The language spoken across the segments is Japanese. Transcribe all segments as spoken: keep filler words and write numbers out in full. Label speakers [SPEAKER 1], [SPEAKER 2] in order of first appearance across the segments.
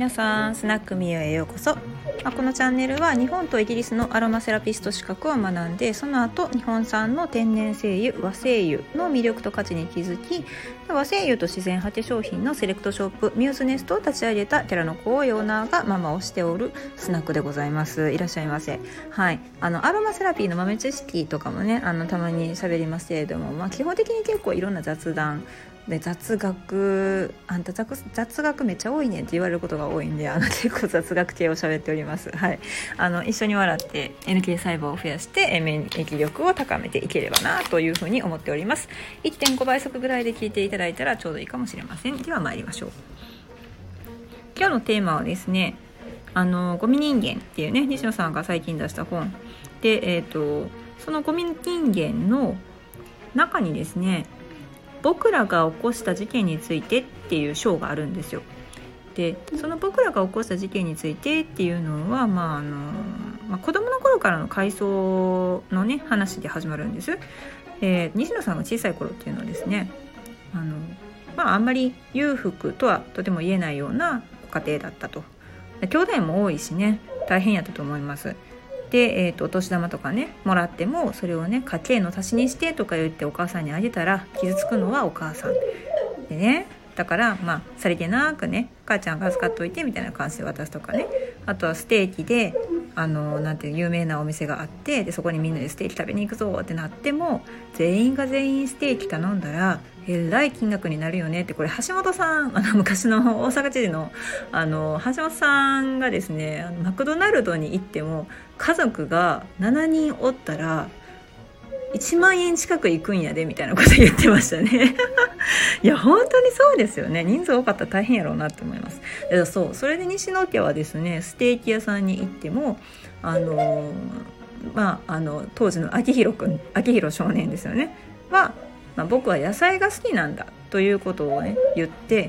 [SPEAKER 1] 皆さん、スナックミオへようこそ。このチャンネルは日本とイギリスのアロマセラピスト資格を学んで、その後日本産の天然精油和精油の魅力と価値に気づき、和精油と自然派手商品のセレクトショップミューズネストを立ち上げた寺の子をオーナーがママをしておるスナックでございます。いらっしゃいませ。はい、あのアロマセラピーの豆知識とかもね、あのたまに喋りますけれども、まあ、基本的に結構いろんな雑談で雑学あんた 雑, 雑学めっちゃ多いねって言われることが多いんで、あの結構雑学系を喋っております。はい、あの一緒に笑って エヌケー 細胞を増やして免疫力を高めていければなというふうに思っております。 いってんご 倍速ぐらいで聞いていただいたらちょうどいいかもしれません。では参りましょう。今日のテーマはですね、あのゴミ人間っていうね、西野さんが最近出した本で、えーと、そのゴミ人間の中にですね、僕らが起こした事件についてっていう章があるんですよ。でその僕らが起こした事件についてっていうのは、まああのまあ、子供の頃からの回想のね話で始まるんです。えー、西野さんが小さい頃っていうのはですね、あの、まあ、あんまり裕福とはとても言えないような家庭だったと。兄弟も多いしね、大変やったと思います。で、えーと、お年玉とかねもらっても、それをね家計の足しにしてとか言ってお母さんにあげたら傷つくのはお母さんでね、だからまあさりげなくね、母ちゃんが預かっといてみたいな感じで渡すとかね。あとはステーキであのなんていう有名なお店があって、でそこにみんなでステーキ食べに行くぞってなっても、全員が全員ステーキ頼んだらえらい金額になるよねって、これ橋本さん、あの昔の大阪知事のあの橋本さんがですね、あのマクドナルドに行っても家族がしちにんおったらいちまんえん近く行くんやでみたいなこと言ってましたねいや本当にそうですよね。人数多かったら大変やろうなって思います。そう、それで西野家はですね、ステーキ屋さんに行ってもあのまああの当時の秋広くん秋広少年ですよねは、まあ、僕は野菜が好きなんだということをね言って、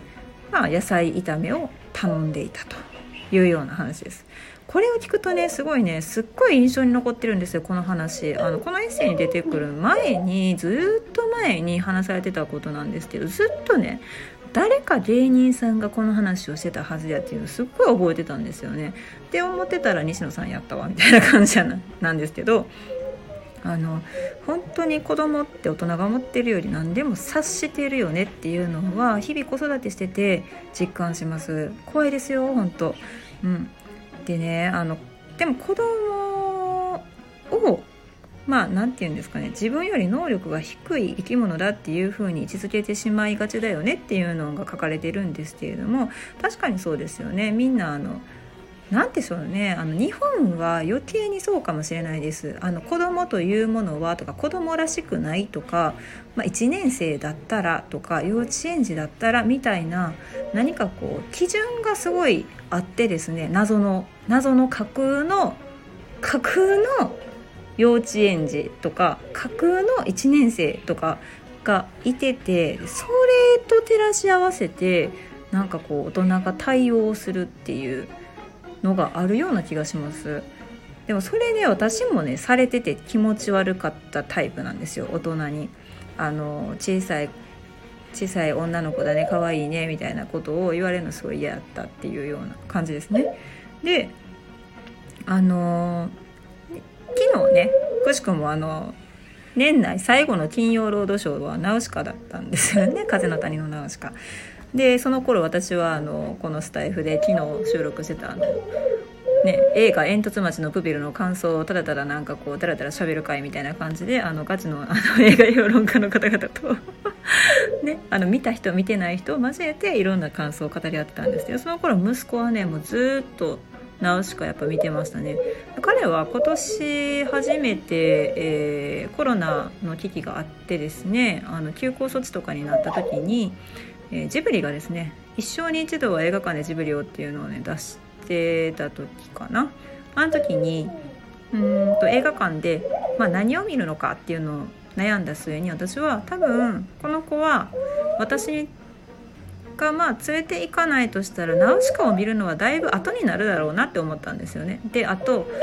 [SPEAKER 1] まあ、野菜炒めを頼んでいたというような話です。これを聞くとね、すごいね、すっごい印象に残ってるんですよ、この話。あのこのエッセイに出てくる前に、ずっと前に話されてたことなんですけど、ずっとね誰か芸人さんがこの話をしてたはずやっていうのをすっごい覚えてたんですよね。で思ってたら西野さんやったわみたいな感じなんですけど、あの本当に子供って大人が思ってるより何でも察しているよねっていうのは日々子育てしてて実感します。怖いですよ本当。うん、でね、あのでも子供をまあなんていうんですかね、自分より能力が低い生き物だっていう風に位置づけてしまいがちだよねっていうのが書かれてるんですけれども、確かにそうですよね。みんなあのなんでしょうね、あの日本は余計にそうかもしれないです。あの子供というものはとか、子供らしくないとか、まあ、いちねん生だったらとか幼稚園児だったらみたいな、何かこう基準がすごいあってですね、謎の謎の架空の架空の幼稚園児とか架空のいちねん生とかがいてて、それと照らし合わせてなんかこう大人が対応するっていうのがあるような気がします。でもそれね、私もねされてて気持ち悪かったタイプなんですよ。大人にあの小さい小さい女の子だね、可愛いねみたいなことを言われるのすごい嫌だったっていうような感じですね。であの昨日ね、くしくもあの年内最後の金曜ロードショーはナウシカだったんですよね。風の谷のナウシカで、その頃私はあのこのスタイフで昨日収録してたあの、ね、映画煙突町のプペルの感想をただただなんかこうだらだら喋る会みたいな感じで、あのガチの、あの映画評論家の方々とね、あの見た人見てない人を交えていろんな感想を語り合ってたんですけど、その頃息子はねもうずっとナウシカやっぱ見てましたね。彼は今年初めて、えー、コロナの危機があってですね、あの休校措置とかになった時に、えー、ジブリがですね、一生に一度は映画館でジブリをっていうのをね出してた時かな。あの時にうーんと映画館で、まあ、何を見るのかっていうのを悩んだ末に、私は多分この子は私がまあ連れて行かないとしたらナウシカを見るのはだいぶ後になるだろうなって思ったんですよね。であと、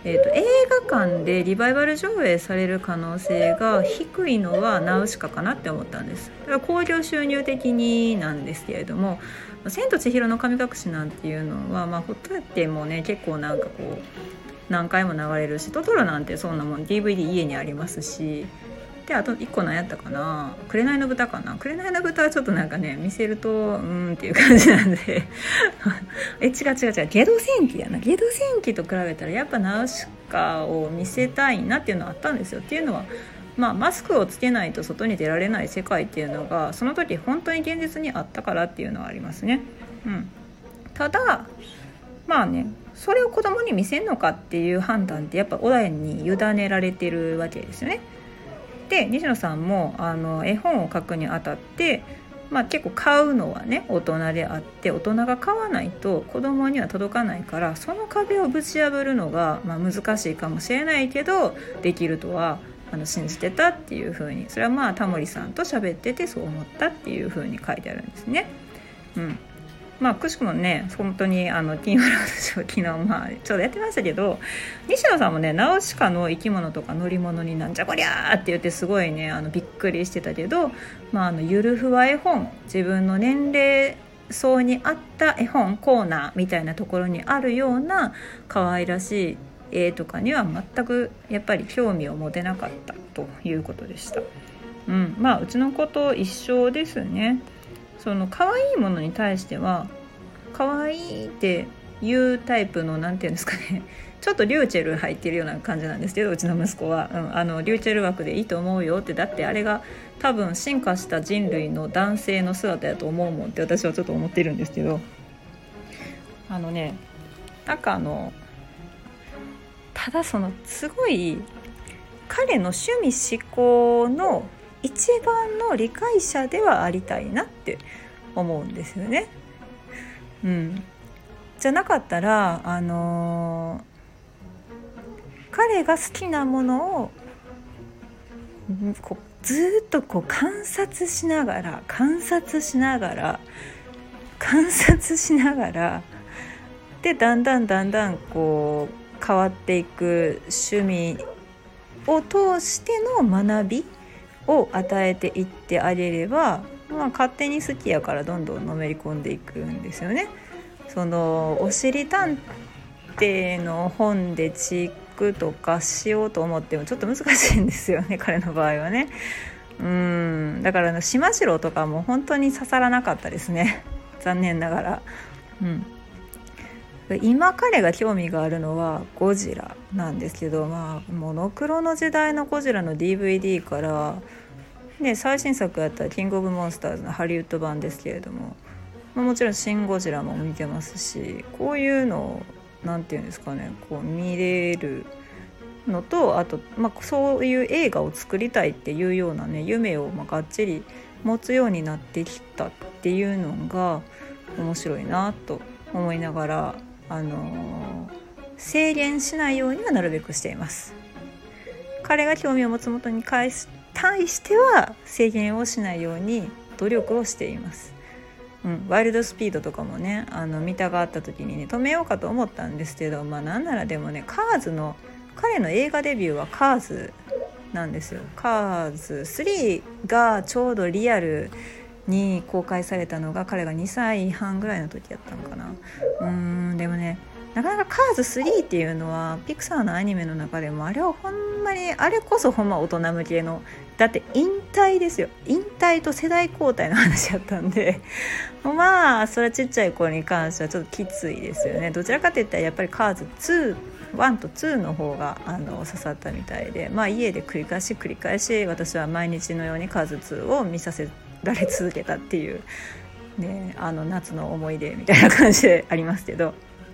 [SPEAKER 1] えーと、映画館でリバイバル上映される可能性が低いのはナウシカかなって思ったんです。だから興行収入的になんですけれども、千と千尋の神隠しなんていうのは、まあ、ほっといてもね結構なんかこう何回も流れるし、トトロなんてそんなもん ディーブイディー 家にありますし、であといっこ何やったかな、紅の豚かな。紅の豚はちょっとなんかね見せるとうーんっていう感じなんでえ違う違う違うゲド戦記やな。ゲド戦記と比べたらやっぱナウシカを見せたいなっていうのはあったんですよ。っていうのは、まあ、マスクをつけないと外に出られない世界っていうのがその時本当に現実にあったからっていうのはありますね。うん、ただまあねそれを子供に見せるのかっていう判断ってやっぱ親に委ねられてるわけですよね。で西野さんもあの絵本を描くにあたって、まあ、結構買うのはね大人であって、大人が買わないと子供には届かないから、その壁をぶち破るのが、まあ、難しいかもしれないけどできるとはあの信じてたっていう風に、それはまあタモリさんと喋っててそう思ったっていう風に書いてあるんですね。うん、まあくしくもね本当にあの金曜ロードショー昨日まあちょうどやってましたけど、西野さんもねナウシカの生き物とか乗り物になんじゃこりゃーって言ってすごいねあのびっくりしてたけど、まあ、あのゆるふわ絵本、自分の年齢層に合った絵本コーナーみたいなところにあるような可愛らしい絵とかには全くやっぱり興味を持てなかったということでした。うん、まあうちの子と一緒ですね。その可愛いものに対しては可愛いっていうタイプのなんていうんですかね、ちょっとリューチェル入ってるような感じなんですけど、うちの息子は、うん、あのリューチェル枠でいいと思うよって、だってあれが多分進化した人類の男性の姿やと思うもんって私はちょっと思ってるんですけど、あのねなんかあのただそのすごい彼の趣味思考の一番の理解者ではありたいなって思うんですよね。うん、じゃなかったら、あのー、彼が好きなものをこうずっとこう観察しながら観察しながら観察しながらでだんだんだんだんこう変わっていく趣味を通しての学びを与えていってあげれば、まあ、勝手に好きやからどんどんのめり込んでいくんですよね。そのおしり探偵の本でチックとかしようと思ってもちょっと難しいんですよね、彼の場合はね。うーんだから島城とかも本当に刺さらなかったですね、残念ながら。うん今彼が興味があるのはゴジラなんですけど、まあ、モノクロの時代のゴジラの ディーブイディー から、ね、最新作やったらキングオブモンスターズのハリウッド版ですけれども、まあ、もちろんシンゴジラも見てますし、こういうのをなんていうんですかねこう見れるのと、あと、まあ、そういう映画を作りたいっていうようなね夢をまあがっちり持つようになってきたっていうのが面白いなと思いながら、あのー、制限しないようにはなるべくしています。彼が興味を持つものに対しては制限をしないように努力をしています。うん、ワイルドスピードとかもねあの見たがった時にね止めようかと思ったんですけど、まあなんならでもねカーズの彼の映画デビューはカーズなんですよ。カーズスリーがちょうどリアルに公開されたのが彼がにさいはんぐらいの時やったのかな。うーんでもねなかなかカーズスリーっていうのはピクサーのアニメの中でもあれはほんまにあれこそほんま大人向けの、だって引退ですよ。引退と世代交代の話やったんでまあそれはちっちゃい子に関してはちょっときついですよね。どちらかといったらやっぱりカーズツー、ワンとツーの方があの刺さったみたいで、まあ家で繰り返し繰り返し私は毎日のようにカーズツーを見させられ続けたっていう、ね、あの夏の思い出みたいな感じでありますけど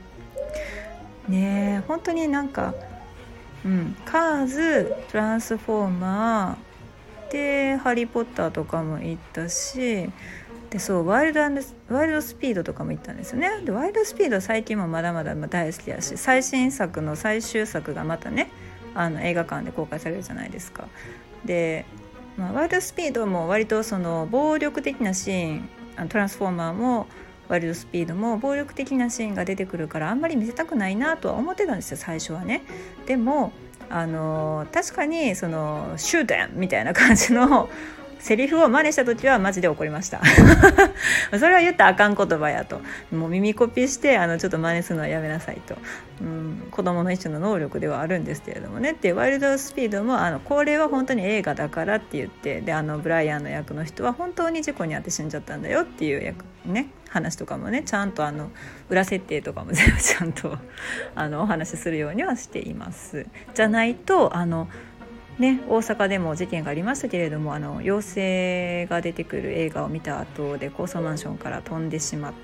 [SPEAKER 1] ね。本当になんか、うん、カーズ、トランスフォーマーでハリーポッターとかも行ったし、でそうワイルドワイルドスピードとかも行ったんですよね。でワイルドスピードは最近もまだまだ大好きだし、最新作の最終作がまたねあの映画館で公開されるじゃないですか。でまあ、ワイルドスピードも割とその暴力的なシーン、トランスフォーマーもワイルドスピードも暴力的なシーンが出てくるからあんまり見せたくないなとは思ってたんですよ、最初はね。でもあの確かにそのシューテンみたいな感じのセリフを真似した時はマジで怒りましたそれは言ったらあかん言葉やと、もう耳コピしてあのちょっと真似するのはやめなさいと、うん、子供の一種の能力ではあるんですけれどもねって。ワイルドスピードもあのこれは本当に映画だからって言って、であのブライアンの役の人は本当に事故に遭って死んじゃったんだよっていう役、ね、話とかもねちゃんとあの裏設定とかも全部ちゃんとあのお話しするようにはしています。じゃないとあのね、大阪でも事件がありましたけれども、あの妖精が出てくる映画を見た後で高層マンションから飛んでしまった、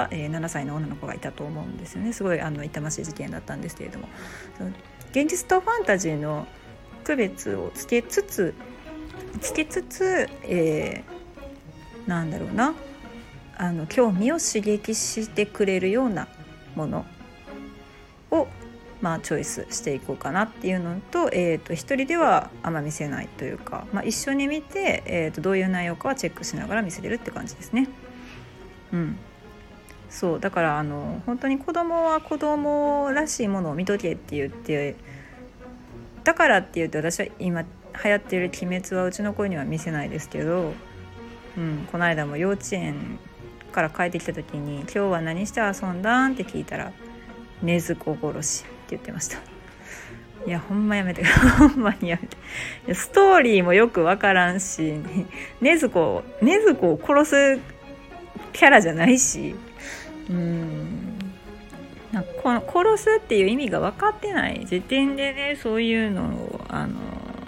[SPEAKER 1] えー、ななさいの女の子がいたと思うんですよね。すごいあの痛ましい事件だったんですけれども、現実とファンタジーの区別をつけつつつけつつ、えー、なんだろうなあの興味を刺激してくれるようなものをまあ、チョイスしていこうかなっていうのと、えー、と一人ではあんま見せないというか、まあ、一緒に見て、えー、とどういう内容かはチェックしながら見せれるって感じですね。うん、そうだからあの本当に子供は子供らしいものを見とけって言って、だからって言って私は今流行っている鬼滅はうちの子には見せないですけど、うん、この間も幼稚園から帰ってきた時に今日は何して遊んだんって聞いたら禰豆子殺しって言ってました。いやほんまやめてほんまにやめて。いやストーリーもよくわからんし、禰豆子禰豆子を殺すキャラじゃないし、うーんなんかこの殺すっていう意味が分かってない時点でね、そういうのをあの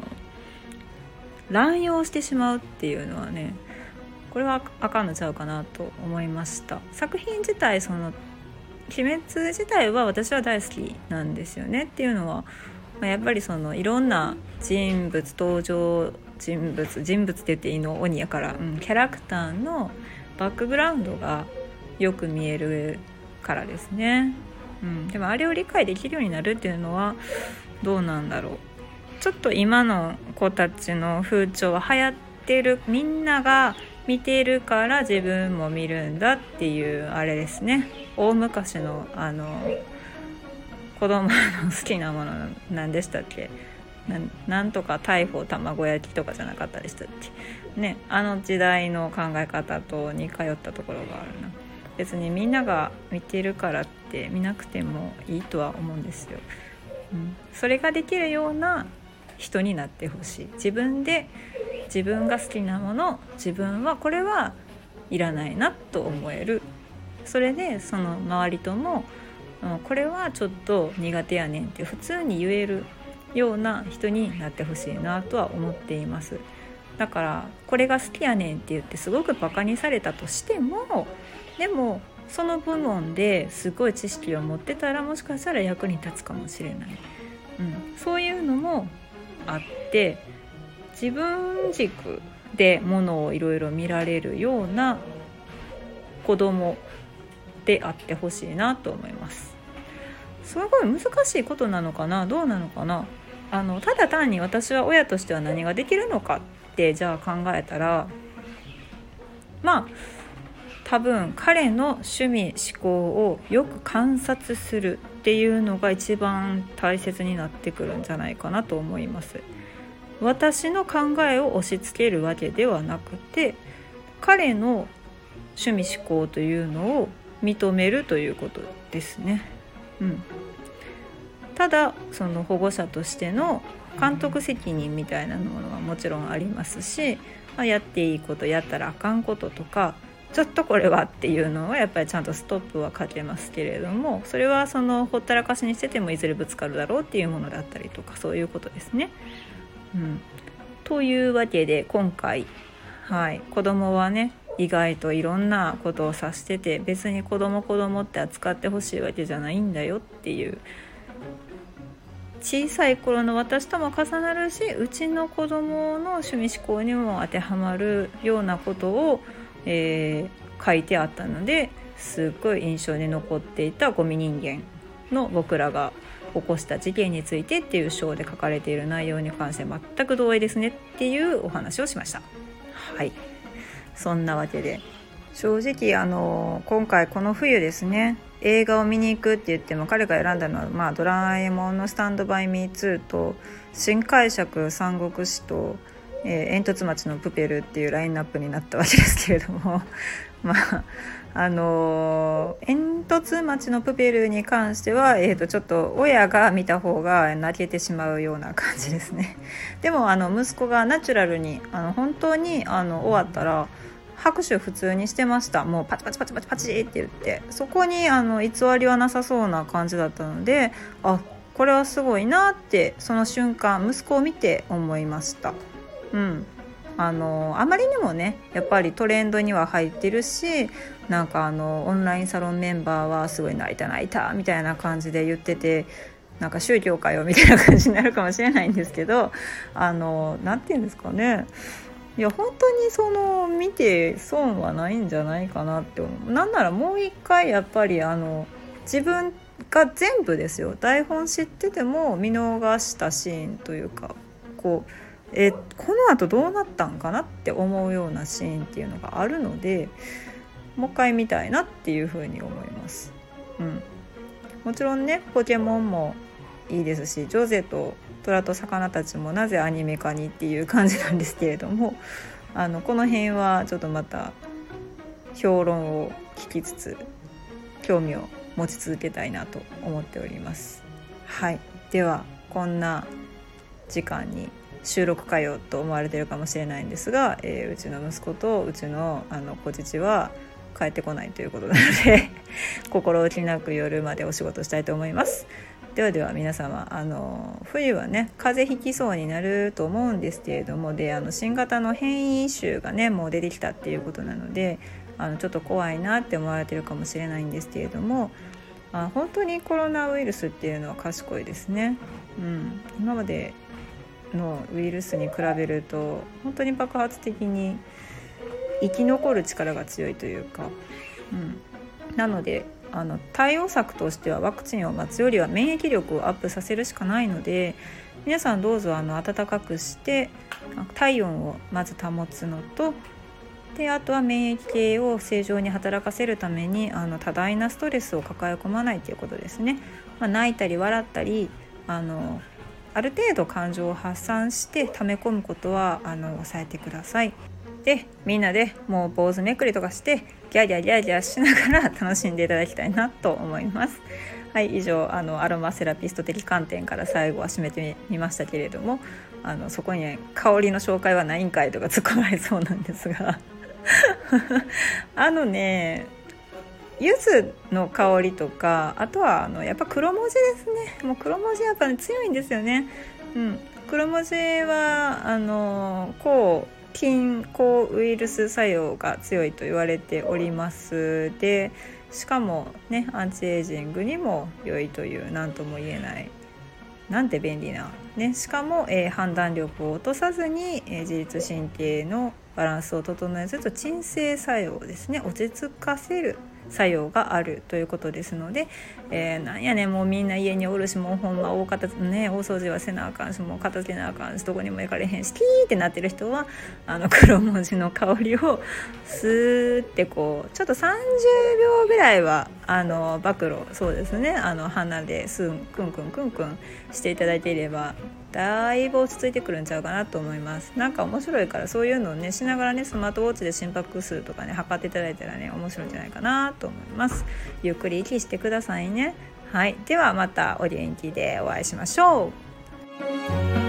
[SPEAKER 1] 乱用してしまうっていうのはね、これはあかんのちゃうかなと思いました。作品自体その鬼滅自体は私は大好きなんですよね。っていうのは、まあ、やっぱりそのいろんな人物登場人物人物って言っていいの鬼やから、うん、キャラクターのバックグラウンドがよく見えるからですね、うん、でもあれを理解できるようになるっていうのはどうなんだろう。ちょっと今の子たちの風潮は流行ってる、みんなが見てるから自分も見るんだっていうあれですね。大昔のあの子供の好きなものなんでしたっけ、な, なんとか大砲卵焼きとかじゃなかったでしたっけね。あの時代の考え方と似通ったところがあるな。別にみんなが見てるからって見なくてもいいとは思うんですよ、うん、それができるような人になってほしい。自分で自分が好きなもの、自分はこれはいらないなと思える。それでその周りともこれはちょっと苦手やねんって普通に言えるような人になってほしいなとは思っています。だからこれが好きやねんって言ってすごくバカにされたとしても、でもその部門ですごい知識を持ってたらもしかしたら役に立つかもしれない、うん、そういうのもあって、自分軸でものをいろいろ見られるような子供であってほしいなと思います。すごい難しいことなのかな、どうなのかな。あのただ単に私は親としては何ができるのかってじゃあ考えたら、まあ多分彼の趣味思考をよく観察するっていうのが一番大切になってくるんじゃないかなと思います。私の考えを押し付けるわけではなくて、彼の趣味思考というのを認めるということですね、うん、ただその保護者としての監督責任みたいなものはもちろんありますし、まあ、やっていいことやったらあかんこととか、ちょっとこれはっていうのはやっぱりちゃんとストップはかけますけれども、それはそのほったらかしにしててもいずれぶつかるだろうっていうものだったりとか、そういうことですね、うん、というわけで今回、はい、子供はね意外といろんなことを指してて、別に子供子供って扱ってほしいわけじゃないんだよっていう、小さい頃の私とも重なるし、うちの子供の趣味思考にも当てはまるようなことを、えー、書いてあったので、すっごい印象に残っていたゴミ人間の僕らが起こした事件についてっていう章で書かれている内容に関して全く同意ですねっていうお話をしました。はい、そんなわけで正直あの今回この冬ですね、映画を見に行くって言っても彼が選んだのは、まあ、ドラえもんのスタンドバイミーツーと新解釈三国志と、えー、煙突町のプペルっていうラインナップになったわけですけれどもまああのー、煙突町のプペルに関しては、えー、とちょっと親が見た方が泣けてしまうような感じですね。でもあの息子がナチュラルにあの本当にあの終わったら拍手普通にしてました。もうパチパチパチパチパチって言って、そこにあの偽りはなさそうな感じだったので、あ、これはすごいなってその瞬間息子を見て思いました。うん、あのあまりにもねやっぱりトレンドには入ってるし、なんかあのオンラインサロンメンバーはすごい泣いた泣いたみたいな感じで言ってて、なんか宗教かよみたいな感じになるかもしれないんですけど、あのなんていうんですかね、いや本当にその見て損はないんじゃないかなって思う。なんならもう一回やっぱりあの自分が全部ですよ、台本知ってても見逃したシーンというか、こうえこの後どうなったんかなって思うようなシーンっていうのがあるので、もう一回見たいなっていうふうに思います。うん、もちろんねポケモンもいいですし、ジョゼと虎と魚たちもなぜアニメ化にっていう感じなんですけれども、あのこの辺はちょっとまた評論を聞きつつ興味を持ち続けたいなと思っております。はい、ではこんな時間に収録かよと思われているかもしれないんですが、えー、うちの息子とうちのあの小父は帰ってこないということなので心置きなく夜までお仕事したいと思います。ではでは皆様、あの冬はね風邪ひきそうになると思うんですけれども、であの新型の変異種がねもう出てきたっていうことなので、あのちょっと怖いなって思われてるかもしれないんですけれども、あ本当にコロナウイルスっていうのは賢いですね。うん、今までのウイルスに比べると本当に爆発的に生き残る力が強いというか、うん、なのであの対応策としてはワクチンを待つよりは免疫力をアップさせるしかないので、皆さんどうぞあの暖かくして体温をまず保つのと、であとは免疫系を正常に働かせるためにあの多大なストレスを抱え込まないということですね。まあ、泣いたり笑ったりあのある程度感情を発散して溜め込むことはあの抑えてください。でみんなでもう坊主めくりとかしてギャギャギャギャしながら楽しんでいただきたいなと思います。はい、以上あのアロマセラピスト的観点から最後は締めてみましたけれども、あのそこに香りの紹介はないんかいとか突っ込まれそうなんですがあのね柚子の香りとか、あとはあのやっぱ黒文字ですね。もう黒文字やっぱ、ね、強いんですよね。うん、黒文字はあの抗菌抗ウイルス作用が強いと言われております。でしかもねアンチエイジングにも良いという何とも言えないなんて便利な、ね、しかも、えー、判断力を落とさずに、えー、自律神経のバランスを整えつつ鎮静作用ですね、落ち着かせる作用があるということですので、えー、なんやねもうみんな家におるし、もうほんま大片ね大掃除はせなあかんし、もう片付けなあかんし、どこにも行かれへんしキーってなってる人はあの黒文字の香りをスーってこうちょっとさんじゅうびょうぐらいはあの暴露、そうですね、あの鼻ですんクンクンクンクンしていただいていればだいぶ落ち着いてくるんちゃうかなと思います。なんか面白いからそういうのをねしながらねスマートウォッチで心拍数とかね測っていただいたらね面白いんじゃないかなと思います。ゆっくり息してくださいね。はい、ではまたお元気でお会いしましょう。